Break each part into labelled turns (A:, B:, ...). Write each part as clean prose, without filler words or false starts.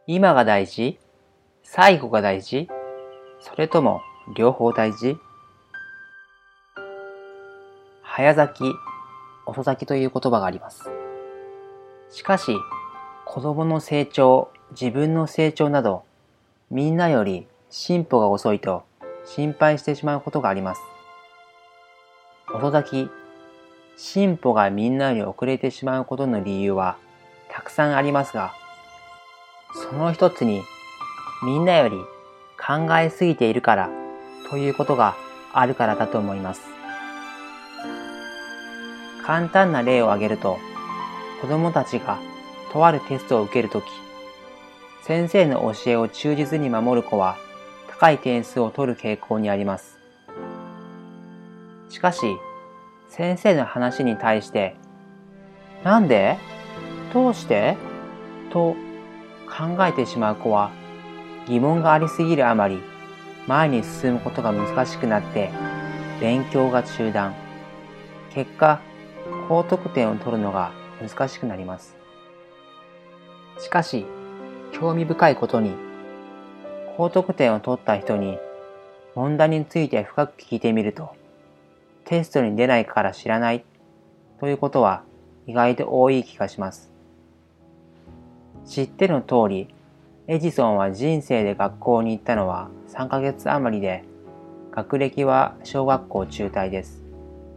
A: 今が大事？最後が大事？それとも両方大事？早咲き、遅咲きという言葉があります。しかし、子供の成長、自分の成長など、みんなより進歩が遅いと心配してしまうことがあります。遅咲き、進歩がみんなより遅れてしまうことの理由はたくさんありますが、その一つにみんなより考えすぎているからということがあるからだと思います。簡単な例を挙げると、子供たちがとあるテストを受けるとき、先生の教えを忠実に守る子は高い点数を取る傾向にあります。しかし、先生の話に対して、なんで？どうして？と考えてしまう子は、疑問がありすぎるあまり、前に進むことが難しくなって、勉強が中断。結果、高得点を取るのが難しくなります。しかし、興味深いことに、高得点を取った人に問題について深く聞いてみると、テストに出ないから知らないということは意外と多い気がします。知っての通り、エジソンは人生で学校に行ったのは3ヶ月余りで、学歴は小学校中退です。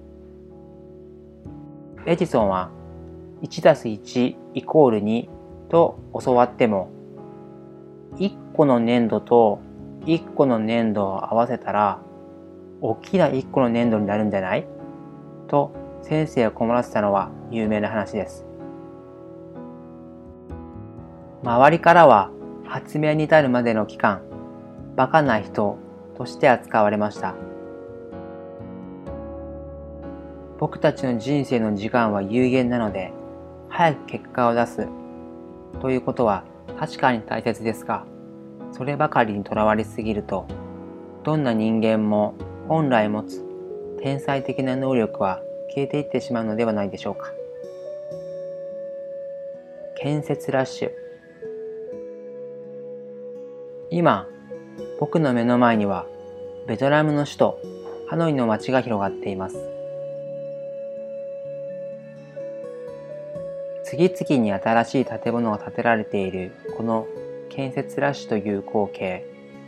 A: エジソンは 1+1 イコール2と教わっても、1個の粘土と1個の粘土を合わせたら、大きな1個の粘土になるんじゃない？と先生を困らせたのは有名な話です。周りからは発明に至るまでの期間、バカな人として扱われました。僕たちの人生の時間は有限なので、早く結果を出すということは確かに大切ですが、そればかりにとらわれすぎると、どんな人間も本来持つ天才的な能力は消えていってしまうのではないでしょうか。建設ラッシュ。今、僕の目の前にはベトナムの首都ハノイの街が広がっています。次々に新しい建物が建てられているこの建設ラッシュという光景。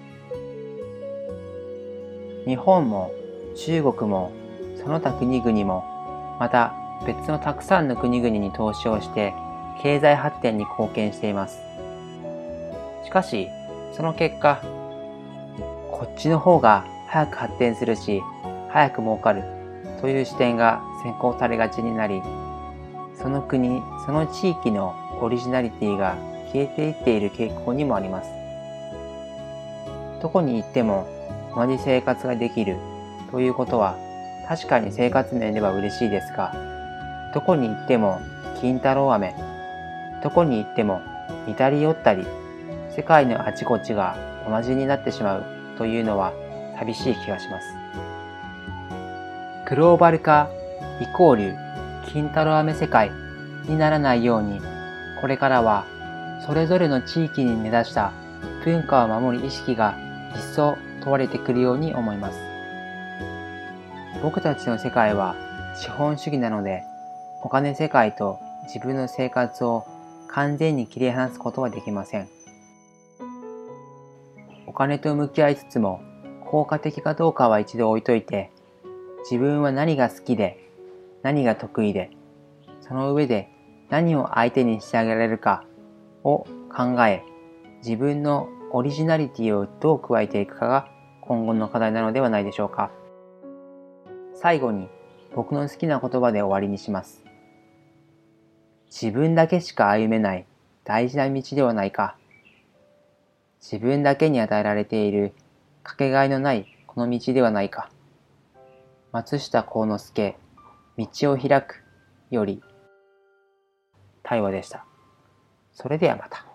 A: 日本も中国もその他国々もまた別のたくさんの国々に投資をして経済発展に貢献しています。しかしその結果、こっちの方が早く発展するし早く儲かるという視点が先行されがちになり、その国その地域のオリジナリティが消えていっている傾向にもあります。どこに行っても同じ生活ができるということは確かに生活面では嬉しいですが、どこに行っても金太郎飴、どこに行っても似たり寄ったり、世界のあちこちが同じになってしまうというのは寂しい気がします。グローバル化イコール金太郎飴世界にならないように、これからはそれぞれの地域に根ざした文化を守る意識が一層問われてくるように思います。僕たちの世界は資本主義なので、お金世界と自分の生活を完全に切り離すことはできません。お金と向き合いつつも、効果的かどうかは一度置いといて、自分は何が好きで、何が得意で、その上で何を相手にしてあげられるかを考え、自分のオリジナリティをどう加えていくかが今後の課題なのではないでしょうか。最後に僕の好きな言葉で終わりにします。自分だけしか歩めない大事な道ではないか。自分だけに与えられているかけがえのないこの道ではないか。松下幸之助、道を開くより、対話でした。それではまた。